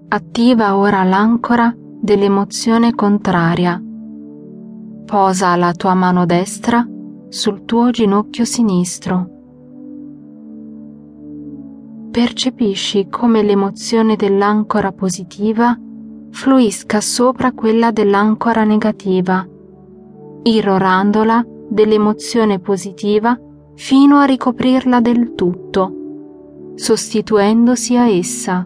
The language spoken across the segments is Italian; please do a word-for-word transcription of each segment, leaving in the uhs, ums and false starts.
Attiva ora l'ancora dell'emozione contraria. Posa la tua mano destra sul tuo ginocchio sinistro. Percepisci come l'emozione dell'ancora positiva fluisca sopra quella dell'ancora negativa, irrorandola dell'emozione positiva fino a ricoprirla del tutto, sostituendosi a essa.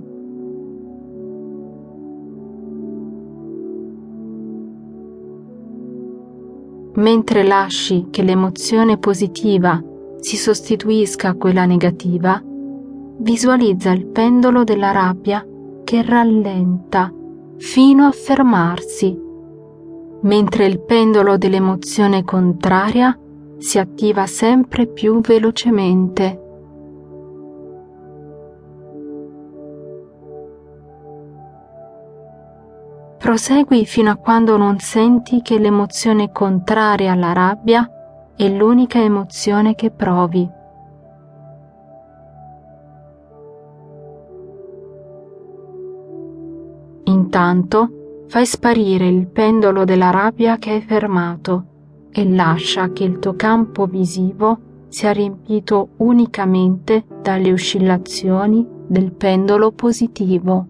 Mentre lasci che l'emozione positiva si sostituisca a quella negativa, visualizza il pendolo della rabbia che rallenta fino a fermarsi, mentre il pendolo dell'emozione contraria si attiva sempre più velocemente. Prosegui fino a quando non senti che l'emozione contraria alla rabbia è l'unica emozione che provi. Intanto fai sparire il pendolo della rabbia che hai fermato e lascia che il tuo campo visivo sia riempito unicamente dalle oscillazioni del pendolo positivo.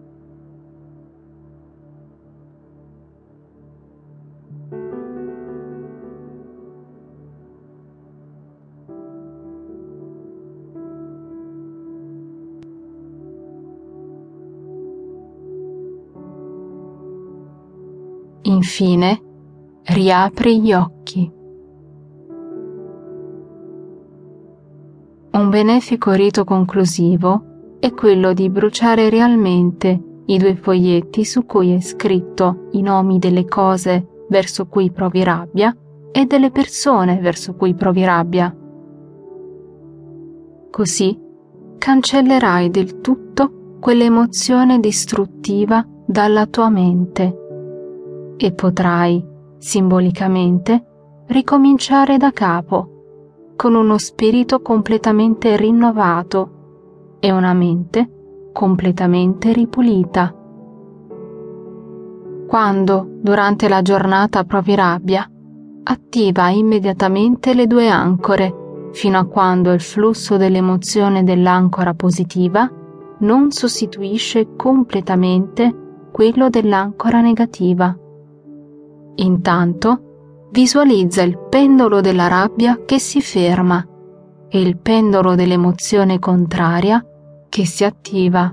Infine, riapri gli occhi. Un benefico rito conclusivo è quello di bruciare realmente i due foglietti su cui è scritto i nomi delle cose verso cui provi rabbia e delle persone verso cui provi rabbia. Così cancellerai del tutto quell'emozione distruttiva dalla tua mente e potrai, simbolicamente, ricominciare da capo, con uno spirito completamente rinnovato e una mente completamente ripulita. Quando, durante la giornata, provi rabbia, attiva immediatamente le due ancore, fino a quando il flusso dell'emozione dell'ancora positiva non sostituisce completamente quello dell'ancora negativa. Intanto visualizza il pendolo della rabbia che si ferma e il pendolo dell'emozione contraria che si attiva.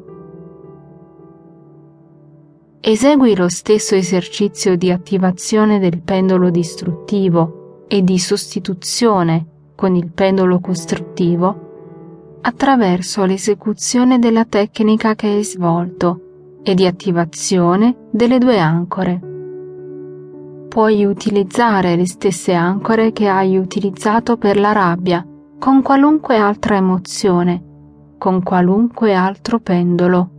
Esegui lo stesso esercizio di attivazione del pendolo distruttivo e di sostituzione con il pendolo costruttivo attraverso l'esecuzione della tecnica che hai svolto e di attivazione delle due ancore. Puoi utilizzare le stesse ancore che hai utilizzato per la rabbia con qualunque altra emozione, con qualunque altro pendolo.